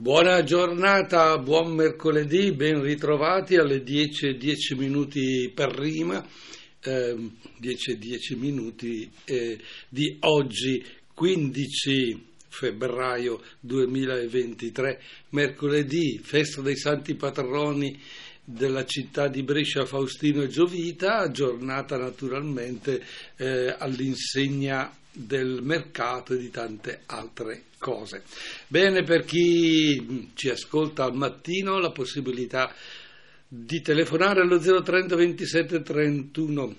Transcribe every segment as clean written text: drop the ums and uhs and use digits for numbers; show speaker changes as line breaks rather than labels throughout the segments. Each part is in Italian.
Buona giornata, buon mercoledì, ben ritrovati alle 10:10 minuti prima, 10:10 minuti di oggi, 15 febbraio 2023, mercoledì, festa dei santi patroni della città di Brescia, Faustino e Giovita, giornata naturalmente all'insegna del mercato e di tante altre cose. Bene, per chi ci ascolta al mattino, la possibilità di telefonare allo 030 27 31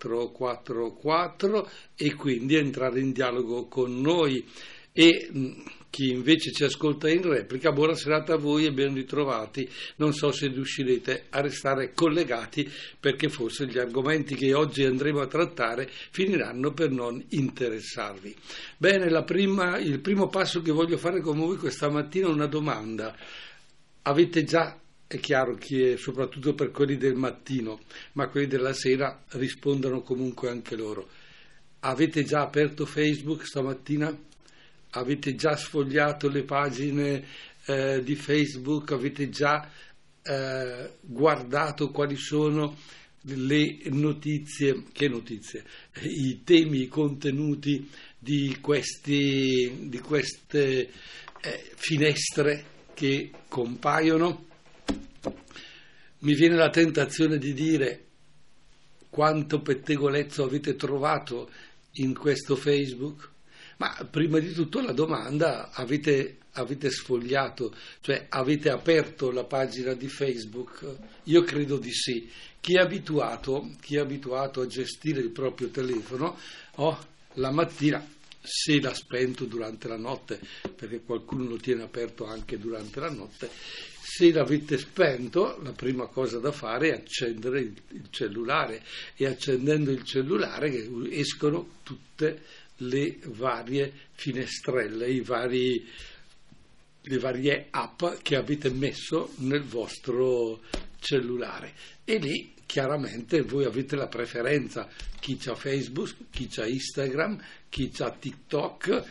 444 e quindi entrare in dialogo con noi. E chi invece ci ascolta in replica, buona serata a voi e ben ritrovati. Non so se riuscirete a restare collegati, perché forse gli argomenti che oggi andremo a trattare finiranno per non interessarvi. Bene, il primo passo che voglio fare con voi questa mattina è una domanda. Avete già, è chiaro che è soprattutto per quelli del mattino, ma quelli della sera rispondono comunque anche loro. Avete già aperto Facebook stamattina? Avete già sfogliato le pagine di Facebook? Avete già guardato quali sono le notizie, i temi, i contenuti di queste finestre che compaiono? Mi viene la tentazione di dire: quanto pettegolezzo avete trovato in questo Facebook? Ma prima di tutto la domanda: avete sfogliato, cioè avete aperto la pagina di Facebook? Io credo di sì. Chi è abituato a gestire il proprio telefono, la mattina, se l'ha spento durante la notte, perché qualcuno lo tiene aperto anche durante la notte, se l'avete spento, la prima cosa da fare è accendere il cellulare, e accendendo il cellulare escono tutte le varie finestrelle, le varie app che avete messo nel vostro cellulare, e lì chiaramente voi avete la preferenza: chi c'ha Facebook, chi c'ha Instagram, chi c'ha TikTok,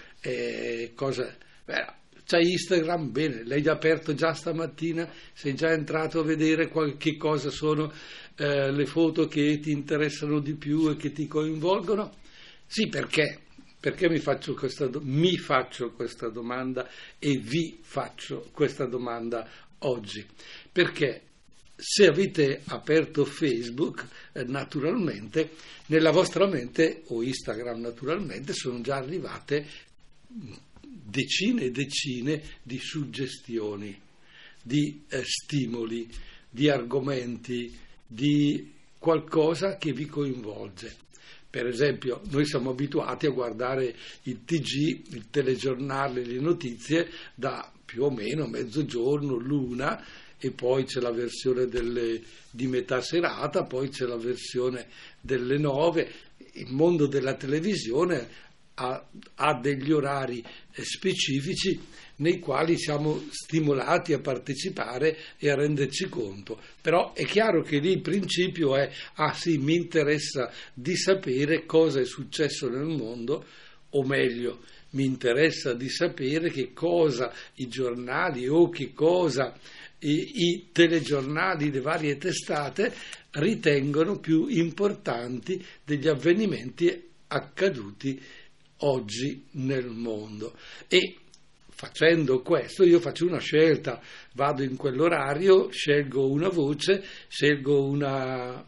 c'ha Instagram, bene, l'hai già aperto già stamattina? Sei già entrato a vedere che cosa sono le foto che ti interessano di più e che ti coinvolgono? Sì, perché mi faccio questa domanda e vi faccio questa domanda oggi? Perché se avete aperto Facebook, naturalmente nella vostra mente, o Instagram naturalmente, sono già arrivate decine e decine di suggestioni, di stimoli, di argomenti, di qualcosa che vi coinvolge. Per esempio, noi siamo abituati a guardare il TG, il telegiornale, le notizie da più o meno mezzogiorno, l'una, e poi c'è la versione di metà serata, poi c'è la versione delle 9. Il mondo della televisione ha degli orari specifici nei quali siamo stimolati a partecipare e a renderci conto. Però è chiaro che lì il principio è: sì, mi interessa di sapere cosa è successo nel mondo, o meglio, mi interessa di sapere che cosa i giornali o che cosa i telegiornali, le varie testate ritengono più importanti degli avvenimenti accaduti oggi nel mondo. E facendo questo io faccio una scelta: vado in quell'orario, scelgo una voce, scelgo una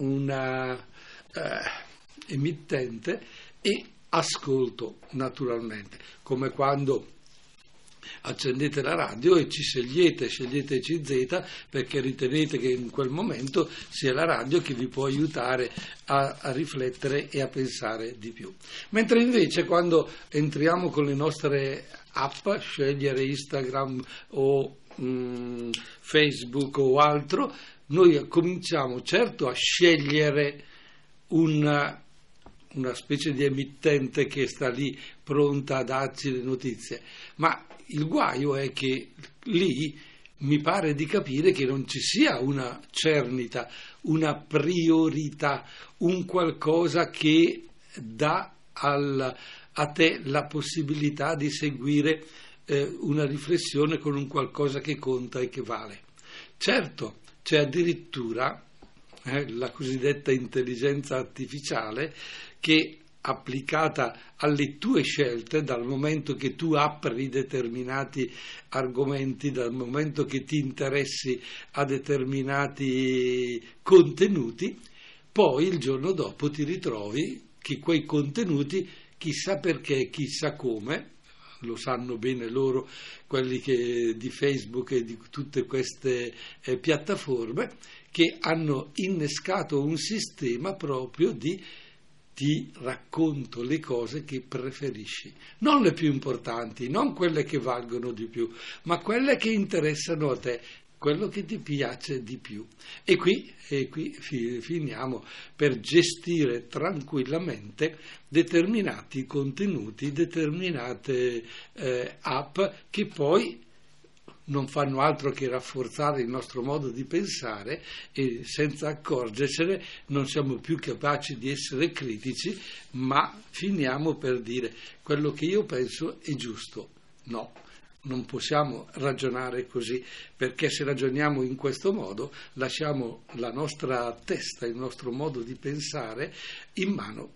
emittente e ascolto naturalmente, come quando accendete la radio e scegliete CZ perché ritenete che in quel momento sia la radio che vi può aiutare a riflettere e a pensare di più. Mentre invece quando entriamo con le nostre app, scegliere Instagram o Facebook o altro, noi cominciamo certo a scegliere una specie di emittente che sta lì pronta a darci le notizie, ma il guaio è che lì mi pare di capire che non ci sia una cernita, una priorità, un qualcosa che dà a te la possibilità di seguire una riflessione con un qualcosa che conta e che vale. Certo, c'è addirittura la cosiddetta intelligenza artificiale che, applicata alle tue scelte, dal momento che tu apri determinati argomenti, dal momento che ti interessi a determinati contenuti, poi il giorno dopo ti ritrovi che quei contenuti, chissà perché, chissà come, lo sanno bene loro, quelli di Facebook e di tutte queste piattaforme, che hanno innescato un sistema proprio di ti racconto le cose che preferisci, non le più importanti, non quelle che valgono di più, ma quelle che interessano a te, quello che ti piace di più. E qui finiamo per gestire tranquillamente determinati contenuti, determinate app che poi non fanno altro che rafforzare il nostro modo di pensare, e senza accorgercene non siamo più capaci di essere critici, ma finiamo per dire quello che io penso è giusto. No, non possiamo ragionare così, perché se ragioniamo in questo modo lasciamo la nostra testa, il nostro modo di pensare in mano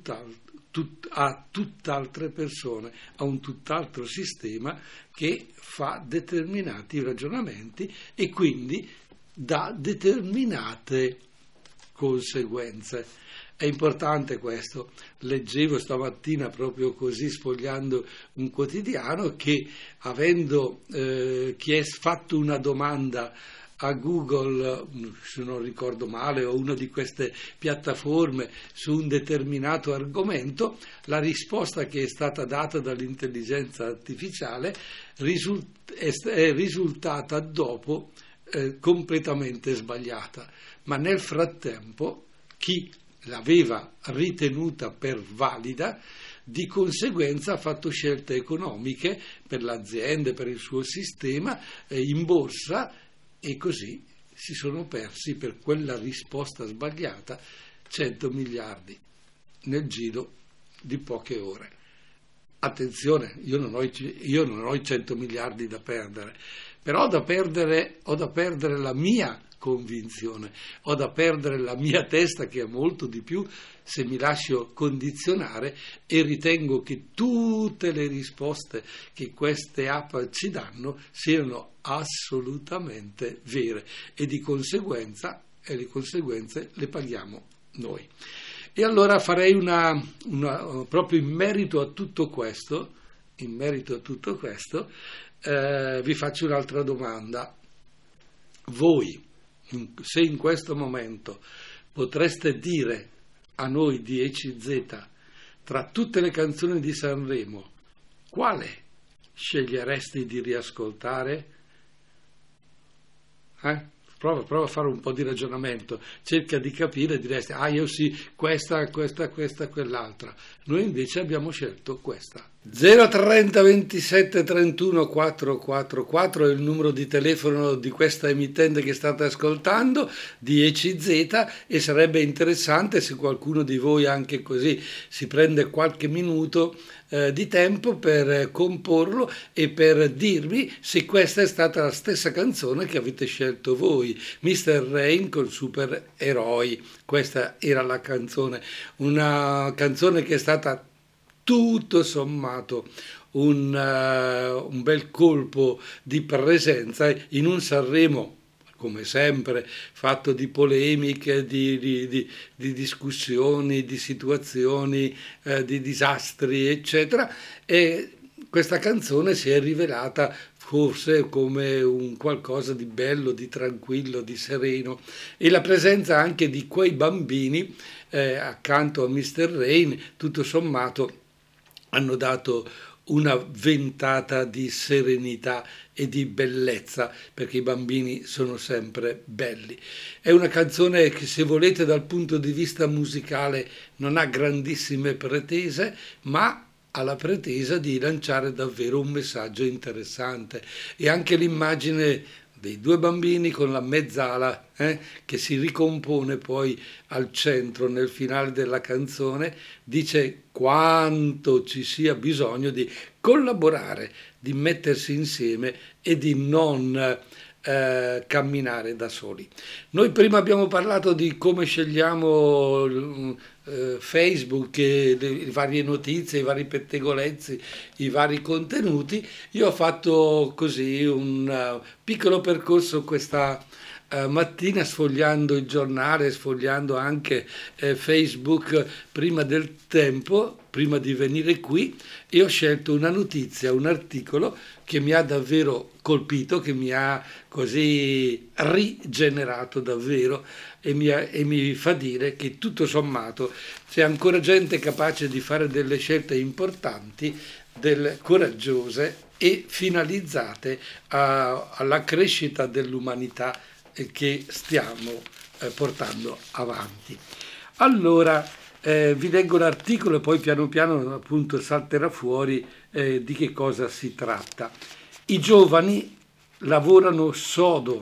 a tutt'altre persone, a un tutt'altro sistema che fa determinati ragionamenti e quindi dà determinate conseguenze. È importante questo. Leggevo stamattina, proprio così, sfogliando un quotidiano, che avendo fatto una domanda a Google, se non ricordo male, o una di queste piattaforme, su un determinato argomento, la risposta che è stata data dall'intelligenza artificiale è risultata dopo completamente sbagliata, ma nel frattempo chi l'aveva ritenuta per valida, di conseguenza ha fatto scelte economiche per l'azienda, per il suo sistema, in borsa, e così si sono persi, per quella risposta sbagliata, 100 miliardi nel giro di poche ore. Attenzione, io non ho i 100 miliardi da perdere, però ho da perdere la mia convinzione, ho da perdere la mia testa, che è molto di più, se mi lascio condizionare e ritengo che tutte le risposte che queste app ci danno siano assolutamente vere, e di conseguenza le conseguenze le paghiamo noi. E allora farei proprio in merito a tutto questo, vi faccio un'altra domanda. Voi, se in questo momento potreste dire a noi di ECZ, tra tutte le canzoni di Sanremo, quale sceglieresti di riascoltare? Prova a fare un po' di ragionamento, cerca di capire, diresti, io sì, questa, quell'altra. Noi invece abbiamo scelto questa. 030 27 31 444 è il numero di telefono di questa emittente che state ascoltando, di ECZ, e sarebbe interessante se qualcuno di voi anche così si prende qualche minuto di tempo per comporlo e per dirmi se questa è stata la stessa canzone che avete scelto voi. Mr. Rain con Supereroi, questa era la canzone, una canzone che è stata tutto sommato un bel colpo di presenza in un Sanremo, come sempre, fatto di polemiche, di discussioni, di situazioni, di disastri, eccetera, e questa canzone si è rivelata forse come un qualcosa di bello, di tranquillo, di sereno, e la presenza anche di quei bambini accanto a Mr. Rain, tutto sommato, hanno dato una ventata di serenità e di bellezza, perché i bambini sono sempre belli. È una canzone che, se volete, dal punto di vista musicale non ha grandissime pretese, ma ha la pretesa di lanciare davvero un messaggio interessante, e anche l'immagine dei due bambini con la mezzala che si ricompone poi al centro nel finale della canzone dice quanto ci sia bisogno di collaborare, di mettersi insieme e di non camminare da soli. Noi prima abbiamo parlato di come scegliamo Facebook, le varie notizie, i vari pettegolezzi, i vari contenuti. Io ho fatto così un piccolo percorso questa mattina sfogliando il giornale, sfogliando anche Facebook prima del tempo, prima di venire qui, e ho scelto una notizia, un articolo che mi ha davvero colpito, che mi ha così rigenerato davvero e mi fa dire che tutto sommato c'è ancora gente capace di fare delle scelte importanti, coraggiose e finalizzate alla crescita dell'umanità che stiamo portando avanti. Allora, vi leggo l'articolo e poi piano piano appunto salterà fuori di che cosa si tratta. I giovani lavorano sodo,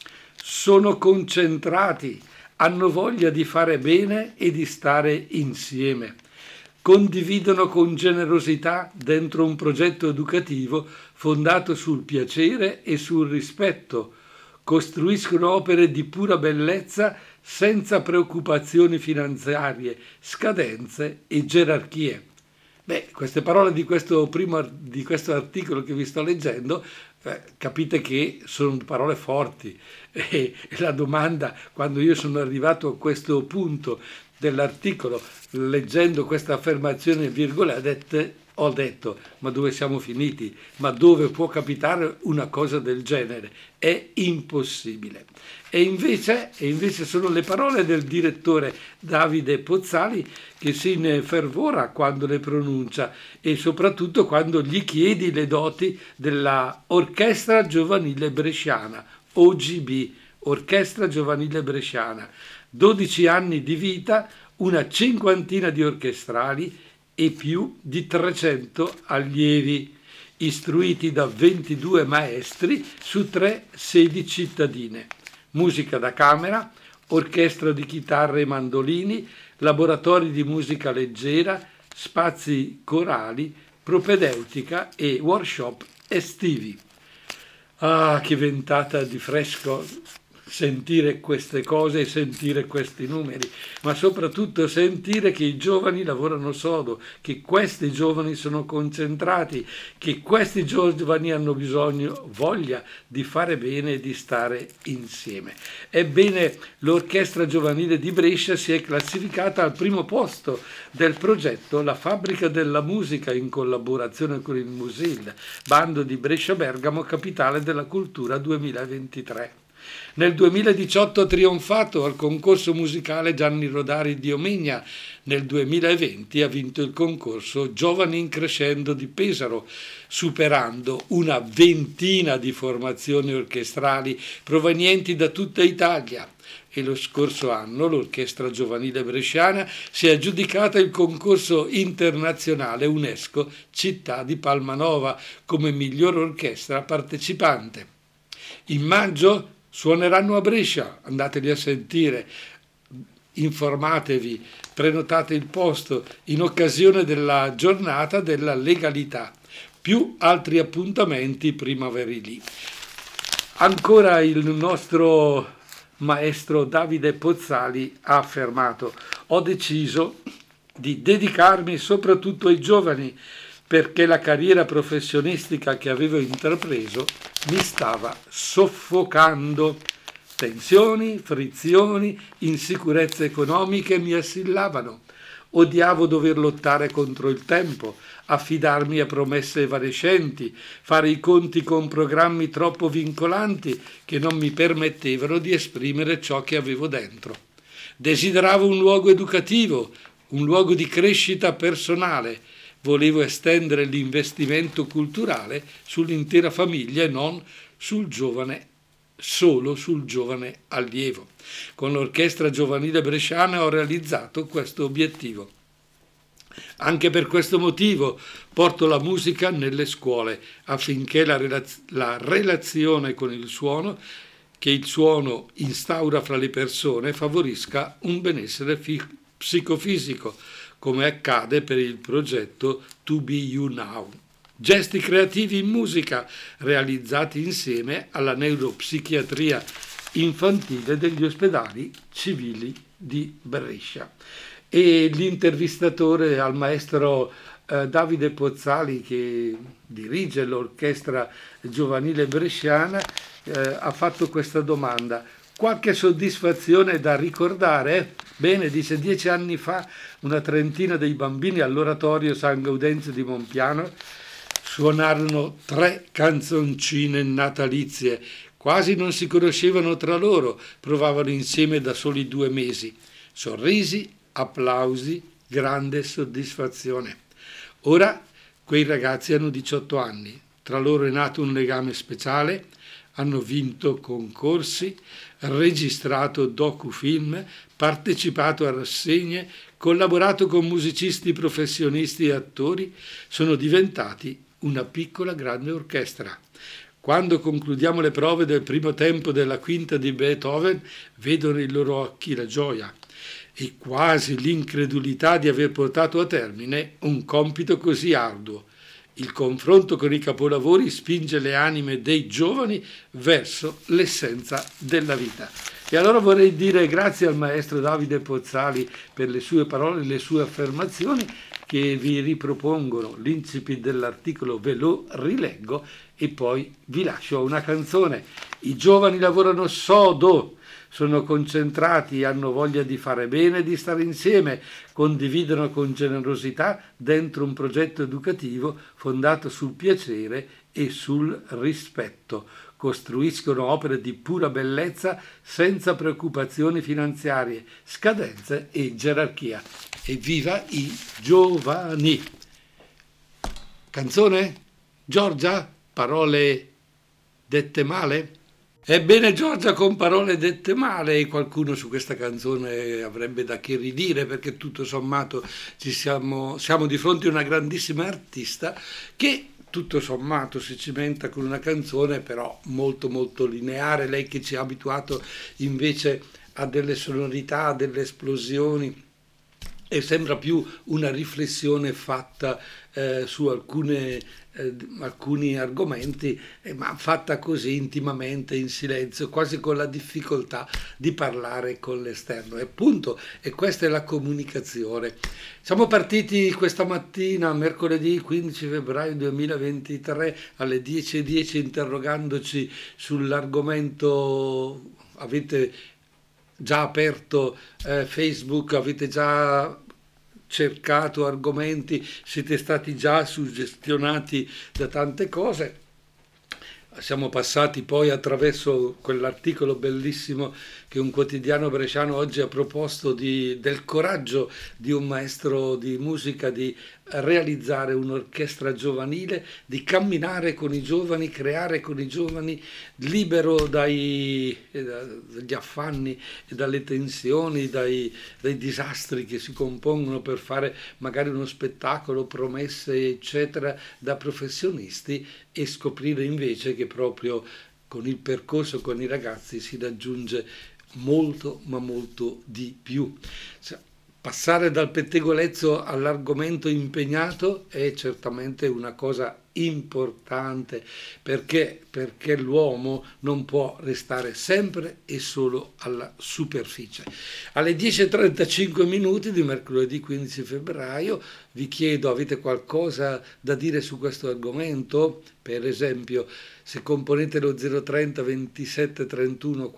sono concentrati, hanno voglia di fare bene e di stare insieme. Condividono con generosità dentro un progetto educativo fondato sul piacere e sul rispetto. Costruiscono opere di pura bellezza senza preoccupazioni finanziarie, scadenze e gerarchie. Beh, queste parole di questo articolo che vi sto leggendo, capite che sono parole forti. E la domanda, quando io sono arrivato a questo punto dell'articolo, leggendo questa affermazione virgolette, ho detto, ma dove siamo finiti? Ma dove può capitare una cosa del genere? È impossibile. E invece sono le parole del direttore Davide Pozzali che si infervora quando le pronuncia e soprattutto quando gli chiedi le doti della Orchestra Giovanile Bresciana, OGB, Orchestra Giovanile Bresciana. 12 anni di vita, una cinquantina di orchestrali e più di 300 allievi, istruiti da 22 maestri su 3 sedi cittadine. Musica da camera, orchestra di chitarre e mandolini, laboratori di musica leggera, spazi corali, propedeutica e workshop estivi. Ah, che ventata di fresco sentire queste cose e sentire questi numeri, ma soprattutto sentire che i giovani lavorano sodo, che questi giovani sono concentrati, che questi giovani hanno voglia di fare bene e di stare insieme. Ebbene, l'Orchestra Giovanile di Brescia si è classificata al primo posto del progetto La Fabbrica della Musica in collaborazione con il Musil, bando di Brescia-Bergamo, capitale della cultura 2023. Nel 2018 ha trionfato al concorso musicale Gianni Rodari di Omegna. Nel 2020 ha vinto il concorso Giovani in Crescendo di Pesaro, superando una ventina di formazioni orchestrali provenienti da tutta Italia. E lo scorso anno l'Orchestra Giovanile Bresciana si è aggiudicata il concorso internazionale UNESCO Città di Palmanova come miglior orchestra partecipante. In maggio suoneranno a Brescia, andateli a sentire, informatevi, prenotate il posto in occasione della giornata della legalità, più altri appuntamenti primaverili. Ancora il nostro maestro Davide Pozzali ha affermato: ho deciso di dedicarmi soprattutto ai giovani perché la carriera professionistica che avevo intrapreso mi stava soffocando. Tensioni, frizioni, insicurezze economiche mi assillavano. Odiavo dover lottare contro il tempo, affidarmi a promesse evanescenti, fare i conti con programmi troppo vincolanti che non mi permettevano di esprimere ciò che avevo dentro. Desideravo un luogo educativo, un luogo di crescita personale. Volevo estendere l'investimento culturale sull'intera famiglia e non solo sul giovane allievo. Con l'Orchestra Giovanile Bresciana ho realizzato questo obiettivo. Anche per questo motivo porto la musica nelle scuole affinché la relazione con il suono che il suono instaura fra le persone favorisca un benessere psicofisico, come accade per il progetto To Be You Now. Gesti creativi in musica realizzati insieme alla neuropsichiatria infantile degli ospedali civili di Brescia. E l'intervistatore al maestro Davide Pozzali, che dirige l'orchestra giovanile bresciana, ha fatto questa domanda: qualche soddisfazione da ricordare? Bene, dice, 10 anni fa una trentina dei bambini all'oratorio San Gaudenzio di Monpiano suonarono 3 canzoncine natalizie. Quasi non si conoscevano tra loro, provavano insieme da soli 2 mesi. Sorrisi, applausi, grande soddisfazione. Ora quei ragazzi hanno 18 anni, tra loro è nato un legame speciale, hanno vinto concorsi, registrato docufilm, partecipato a rassegne, collaborato con musicisti professionisti e attori, sono diventati una piccola grande orchestra. Quando concludiamo le prove del primo tempo della quinta di Beethoven, vedono nei loro occhi la gioia e quasi l'incredulità di aver portato a termine un compito così arduo. Il confronto con i capolavori spinge le anime dei giovani verso l'essenza della vita. E allora vorrei dire grazie al maestro Davide Pozzali per le sue parole e le sue affermazioni, che vi ripropongono l'incipit dell'articolo, ve lo rileggo e poi vi lascio a una canzone. I giovani lavorano sodo, sono concentrati, hanno voglia di fare bene e di stare insieme, condividono con generosità dentro un progetto educativo fondato sul piacere e sul rispetto. Costruiscono opere di pura bellezza senza preoccupazioni finanziarie, scadenze e gerarchia. Evviva i giovani! Canzone? Giorgia? Parole dette male? Ebbene, Giorgia, con parole dette male, qualcuno su questa canzone avrebbe da che ridire, perché tutto sommato siamo di fronte a una grandissima artista che tutto sommato si cimenta con una canzone però molto molto lineare, lei che ci ha abituato invece a delle sonorità, a delle esplosioni, e sembra più una riflessione fatta su alcuni argomenti, ma fatta così intimamente, in silenzio, quasi con la difficoltà di parlare con l'esterno. E appunto, e questa è la comunicazione. Siamo partiti questa mattina, mercoledì 15 febbraio 2023, alle 10:10, interrogandoci sull'argomento. Avete già aperto Facebook, avete già cercato argomenti, siete stati già suggestionati da tante cose. Siamo passati poi attraverso quell'articolo bellissimo che un quotidiano bresciano oggi ha proposto del coraggio di un maestro di musica di realizzare un'orchestra giovanile, di camminare con i giovani, creare con i giovani, libero dagli affanni e dalle tensioni, dai disastri che si compongono per fare magari uno spettacolo, promesse eccetera, da professionisti, e scoprire invece che proprio con il percorso con i ragazzi si raggiunge molto ma molto di più. Passare dal pettegolezzo all'argomento impegnato è certamente una cosa importante, perché l'uomo non può restare sempre e solo alla superficie. Alle 10:35 minuti di mercoledì 15 febbraio vi chiedo: avete qualcosa da dire su questo argomento? Per esempio, se componete lo 030 27 31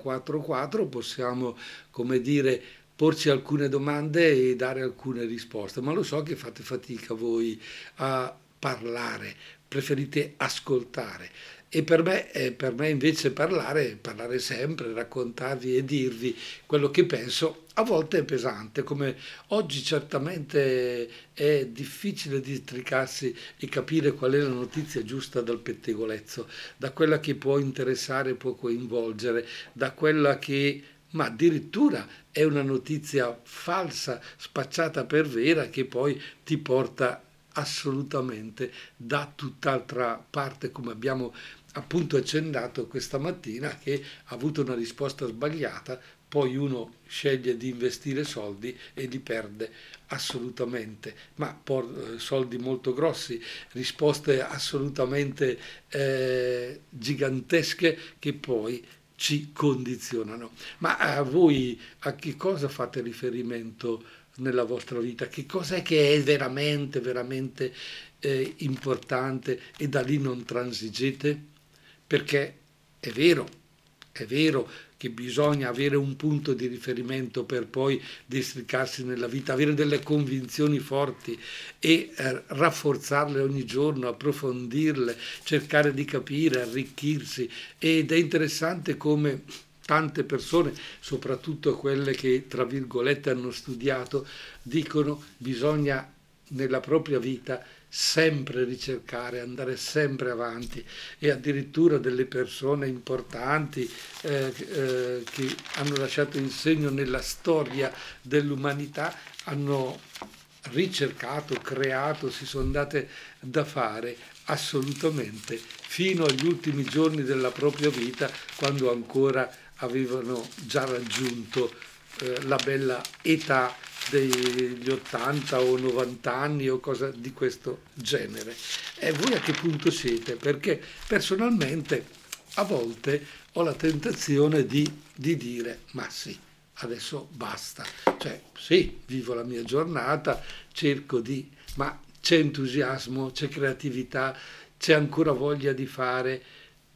444 possiamo, come dire, porci alcune domande e dare alcune risposte, ma lo so che fate fatica voi a parlare, preferite ascoltare, e per me invece parlare sempre, raccontarvi e dirvi quello che penso, a volte è pesante, come oggi certamente è difficile districarsi e capire qual è la notizia giusta dal pettegolezzo, da quella che può interessare, può coinvolgere, da quella che ma addirittura è una notizia falsa, spacciata per vera, che poi ti porta assolutamente da tutt'altra parte, come abbiamo appunto accennato questa mattina che ha avuto una risposta sbagliata, poi uno sceglie di investire soldi e li perde assolutamente, ma soldi molto grossi, risposte assolutamente gigantesche che poi ci condizionano. Ma a voi a che cosa fate riferimento nella vostra vita? Che cos'è che è veramente, veramente importante e da lì non transigete? Perché è vero che bisogna avere un punto di riferimento per poi districarsi nella vita, avere delle convinzioni forti e rafforzarle ogni giorno, approfondirle, cercare di capire, arricchirsi. Ed è interessante come tante persone, soprattutto quelle che tra virgolette hanno studiato, dicono bisogna nella propria vita sempre ricercare, andare sempre avanti, e addirittura delle persone importanti che hanno lasciato il segno nella storia dell'umanità hanno ricercato, creato, si sono date da fare assolutamente fino agli ultimi giorni della propria vita, quando ancora avevano già raggiunto la bella età degli 80 o 90 anni o cosa di questo genere. E voi a che punto siete? Perché personalmente a volte ho la tentazione di dire ma sì, adesso basta. Cioè sì, vivo la mia giornata, cerco di... ma c'è entusiasmo, c'è creatività, c'è ancora voglia di fare,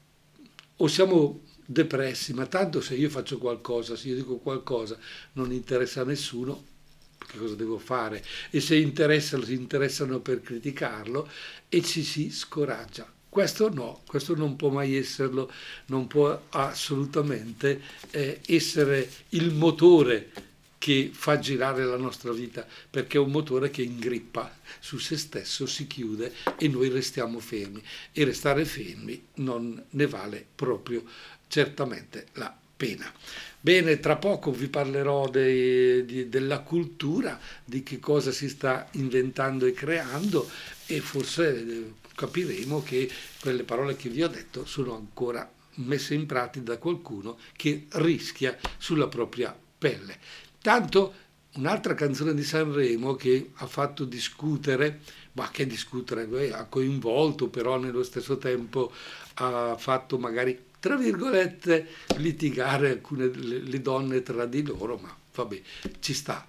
o siamo depressi, ma tanto se io faccio qualcosa, se io dico qualcosa, non interessa a nessuno, che cosa devo fare? E se interessa, si interessano per criticarlo e ci si scoraggia. Questo no, questo non può mai esserlo, non può assolutamente essere il motore che fa girare la nostra vita, perché è un motore che ingrippa su se stesso, si chiude e noi restiamo fermi, e restare fermi non ne vale proprio certamente la pena. Bene, tra poco vi parlerò della cultura, di che cosa si sta inventando e creando, e forse capiremo che quelle parole che vi ho detto sono ancora messe in pratica da qualcuno che rischia sulla propria pelle. Tanto un'altra canzone di Sanremo che ha fatto discutere, ma che discutere, ha coinvolto, però nello stesso tempo ha fatto magari tra virgolette litigare alcune le donne tra di loro, ma vabbè, ci sta.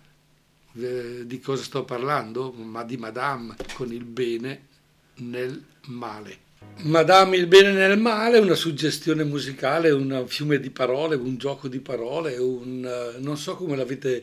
Di cosa sto parlando? Ma di Madame con il bene nel male. Madame il bene nel male, una suggestione musicale, un fiume di parole, un gioco di parole, non so come l'avete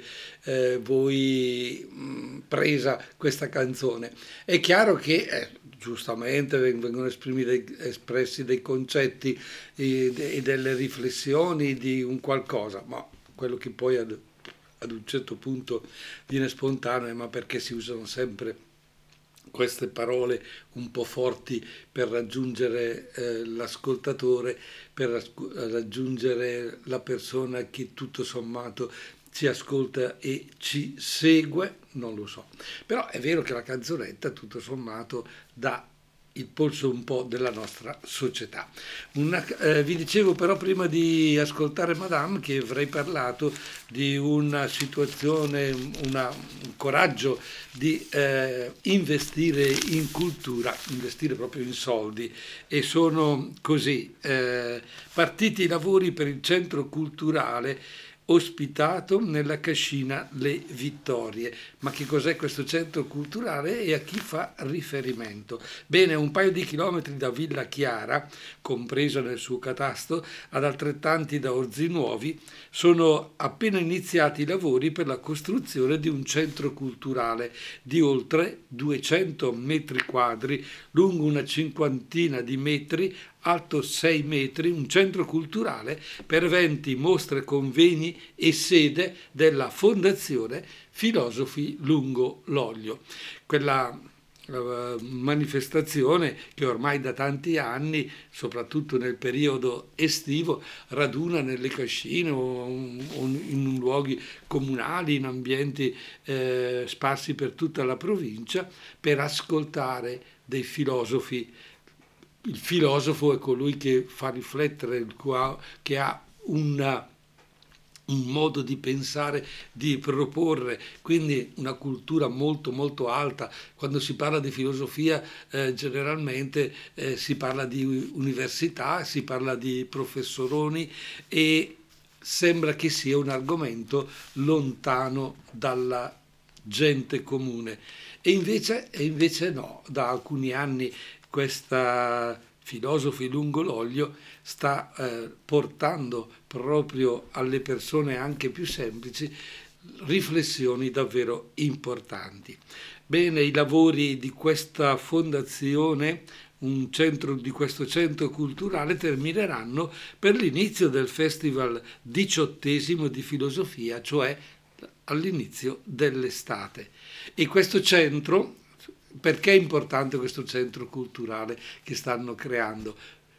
voi presa questa canzone. È chiaro che giustamente vengono espressi dei concetti e delle riflessioni di un qualcosa, ma quello che poi ad un certo punto viene spontaneo, ma perché si usano sempre queste parole un po' forti per raggiungere l'ascoltatore, per raggiungere la persona che tutto sommato ci ascolta e ci segue, non lo so. Però è vero che la canzonetta tutto sommato dà il polso un po' della nostra società. Vi dicevo però prima di ascoltare Madame che avrei parlato di una situazione, un coraggio di investire in cultura, investire proprio in soldi, e sono così partiti i lavori per il centro culturale ospitato nella cascina Le Vittorie. Ma che cos'è questo centro culturale e a chi fa riferimento? Bene, a un paio di chilometri da Villa Chiara, compresa nel suo catasto, ad altrettanti da Orzinuovi, sono appena iniziati i lavori per la costruzione di un centro culturale di oltre 200 metri quadri, lungo una cinquantina di metri, alto 6 metri, un centro culturale per eventi, mostre, convegni e sede della Fondazione Filosofi Lungo l'Olio. Quella manifestazione che ormai da tanti anni, soprattutto nel periodo estivo, raduna nelle cascine o in luoghi comunali, in ambienti sparsi per tutta la provincia, per ascoltare dei filosofi il filosofo è colui che fa riflettere, che ha un modo di pensare, di proporre, quindi una cultura molto molto alta. Quando si parla di filosofia generalmente si parla di università, si parla di professoroni e sembra che sia un argomento lontano dalla gente comune. E invece no, da alcuni anni questa filosofi lungo l'olio sta portando proprio alle persone anche più semplici riflessioni davvero importanti. Bene, i lavori di questa fondazione, di questo centro culturale, termineranno per l'inizio del Festival 18° di filosofia, cioè all'inizio dell'estate. E questo centro, perché è importante questo centro culturale che stanno creando?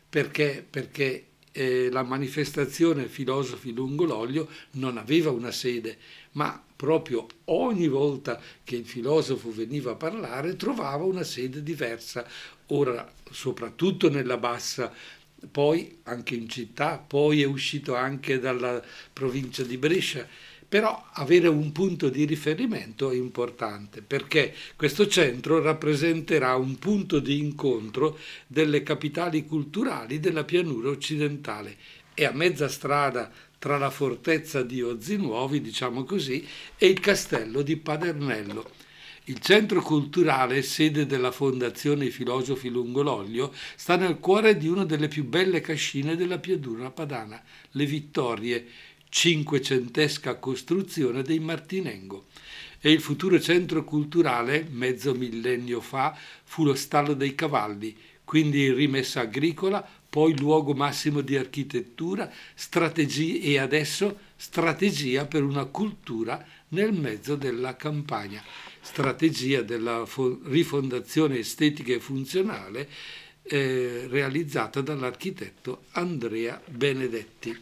Perché la manifestazione Filosofi lungo l'olio non aveva una sede, ma proprio ogni volta che il filosofo veniva a parlare trovava una sede diversa. Ora, soprattutto nella bassa, poi anche in città, poi è uscito anche dalla provincia di Brescia. Però avere un punto di riferimento è importante perché questo centro rappresenterà un punto di incontro delle capitali culturali della pianura occidentale. È a mezza strada tra la fortezza di Ozinuovi, diciamo così, e il castello di Padernello. Il centro culturale, sede della Fondazione Filosofi lungo l'olio, sta nel cuore di una delle più belle cascine della pianura padana, le Vittorie, cinquecentesca costruzione dei Martinengo. E il futuro centro culturale, mezzo millennio fa, fu lo stallo dei cavalli, quindi rimessa agricola, poi luogo massimo di architettura, strategie e adesso strategia per una cultura nel mezzo della campagna, strategia della rifondazione estetica e funzionale realizzata dall'architetto Andrea Benedetti.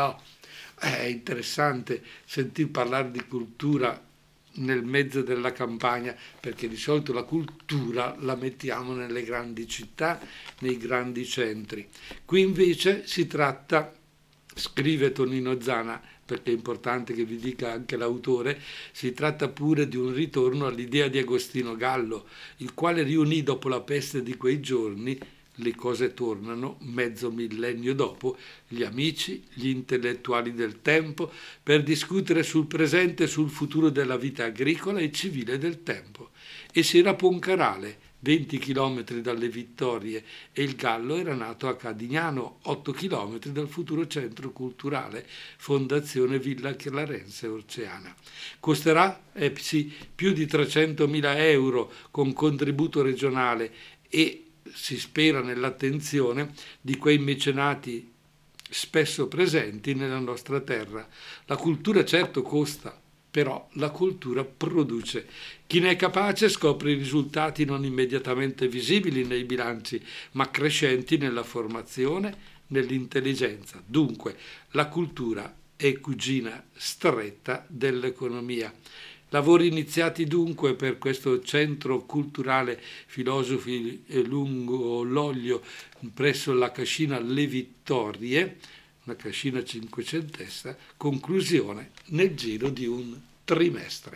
È interessante sentir parlare di cultura nel mezzo della campagna, perché di solito la cultura la mettiamo nelle grandi città, nei grandi centri. Qui invece si tratta, scrive Tonino Zana, perché è importante che vi dica anche l'autore, si tratta pure di un ritorno all'idea di Agostino Gallo, il quale riunì dopo la peste di quei giorni, le cose tornano, mezzo millennio dopo, gli amici, gli intellettuali del tempo, per discutere sul presente e sul futuro della vita agricola e civile del tempo. E si era a Poncarale, 20 chilometri dalle Vittorie, e il Gallo era nato a Cadignano, 8 chilometri dal futuro centro culturale Fondazione Villa Clarense Orceana. Costerà sì, più di 300.000 euro con contributo regionale e si spera nell'attenzione di quei mecenati spesso presenti nella nostra terra. La cultura certo costa, però la cultura produce. Chi ne è capace scopre i risultati non immediatamente visibili nei bilanci, ma crescenti nella formazione, nell'intelligenza. Dunque, la cultura è cugina stretta dell'economia. Lavori iniziati dunque per questo centro culturale Filosofi lungo l'olio presso la cascina Le Vittorie, una cascina cinquecentesca, conclusione nel giro di un trimestre.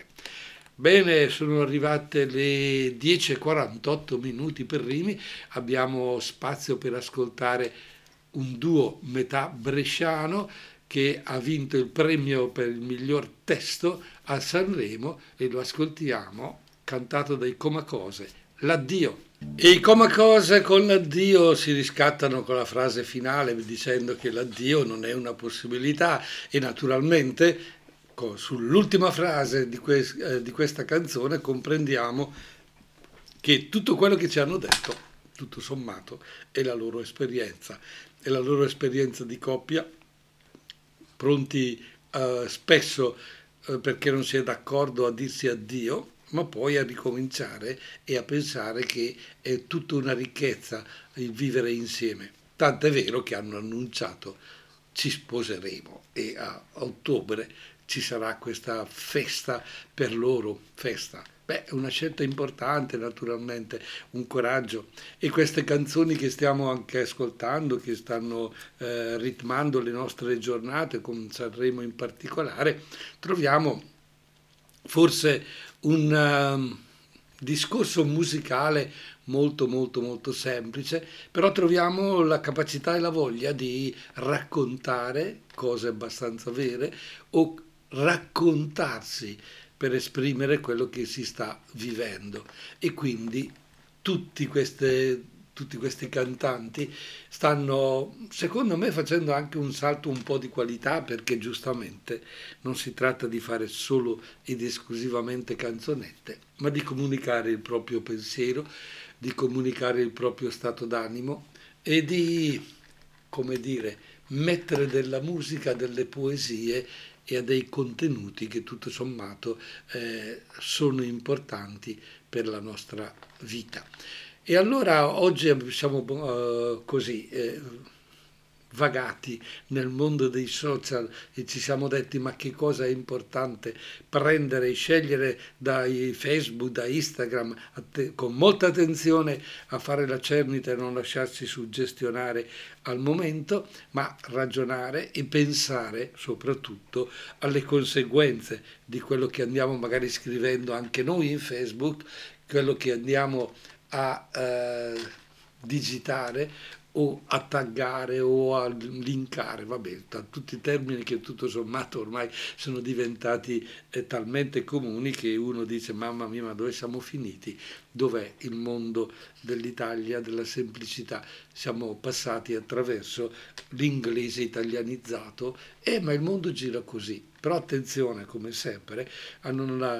Bene, sono arrivate le 10:48 minuti per Rimini, abbiamo spazio per ascoltare un duo metà bresciano che ha vinto il premio per il miglior testo a Sanremo e lo ascoltiamo cantato dai Comacose, L'addio. E i Comacose con l'addio si riscattano con la frase finale dicendo che l'addio non è una possibilità e naturalmente sull'ultima frase di questa canzone comprendiamo che tutto quello che ci hanno detto, tutto sommato, è la loro esperienza di coppia, pronti spesso perché non si è d'accordo a dirsi addio, ma poi a ricominciare e a pensare che è tutta una ricchezza il vivere insieme. Tant'è vero che hanno annunciato ci sposeremo e a ottobre ci sarà questa festa per loro, festa. Beh, è una scelta importante naturalmente, un coraggio. E queste canzoni che stiamo anche ascoltando, che stanno ritmando le nostre giornate, con Sanremo in particolare, troviamo forse un discorso musicale molto molto molto semplice, però troviamo la capacità e la voglia di raccontare cose abbastanza vere o raccontarsi per esprimere quello che si sta vivendo. E quindi tutti questi cantanti stanno, secondo me, facendo anche un salto un po' di qualità, perché giustamente non si tratta di fare solo ed esclusivamente canzonette, ma di comunicare il proprio pensiero, di comunicare il proprio stato d'animo e di, come dire, mettere della musica, delle poesie e a dei contenuti che tutto sommato sono importanti per la nostra vita. E allora oggi siamo così vagati nel mondo dei social e ci siamo detti: ma che cosa è importante prendere e scegliere dai Facebook, da Instagram, con molta attenzione a fare la cernita e non lasciarsi suggestionare al momento, ma ragionare e pensare soprattutto alle conseguenze di quello che andiamo magari scrivendo anche noi in Facebook, quello che andiamo a digitare o a taggare o a linkare, vabbè, tutti i termini che tutto sommato ormai sono diventati talmente comuni che uno dice: mamma mia, ma dove siamo finiti? Dov'è il mondo dell'Italia, della semplicità? Siamo passati attraverso l'inglese italianizzato, ma il mondo gira così. Però attenzione, come sempre, a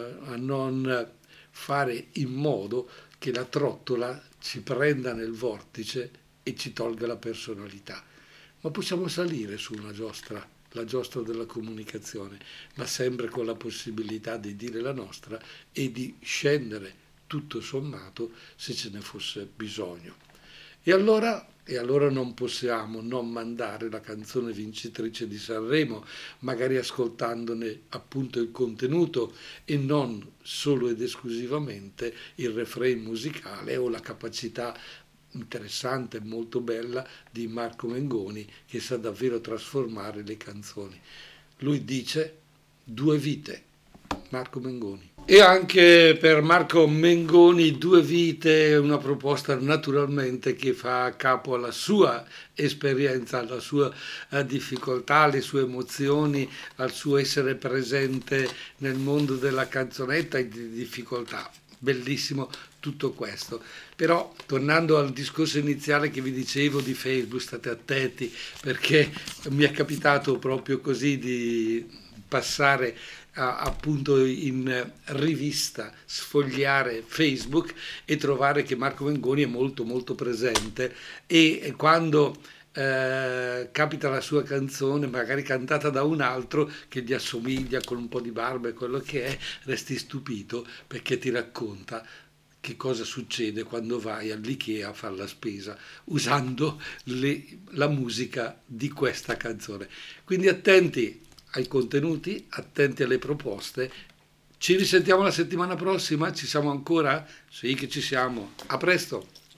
non fare in modo che la trottola ci prenda nel vortice e ci tolga la personalità. Ma possiamo salire su una giostra, la giostra della comunicazione, ma sempre con la possibilità di dire la nostra e di scendere tutto sommato se ce ne fosse bisogno. E allora non possiamo non mandare la canzone vincitrice di Sanremo, magari ascoltandone appunto il contenuto e non solo ed esclusivamente il refrain musicale o la capacità interessante e molto bella di Marco Mengoni, che sa davvero trasformare le canzoni. Lui dice: due vite, Marco Mengoni. E anche per Marco Mengoni Due vite è una proposta naturalmente che fa capo alla sua esperienza, alla sua difficoltà, alle sue emozioni, al suo essere presente nel mondo della canzonetta e di difficoltà. Bellissimo tutto questo. Però tornando al discorso iniziale che vi dicevo di Facebook, state attenti, perché mi è capitato proprio così di passare appunto in rivista, sfogliare Facebook e trovare che Marco Mengoni è molto molto presente e quando capita la sua canzone, magari cantata da un altro che gli assomiglia con un po' di barba e quello che è, resti stupito perché ti racconta che cosa succede quando vai all'Ikea a fare la spesa usando la musica di questa canzone. Quindi attenti ai contenuti, attenti alle proposte. Ci risentiamo la settimana prossima? Ci siamo ancora? Sì che ci siamo. A presto!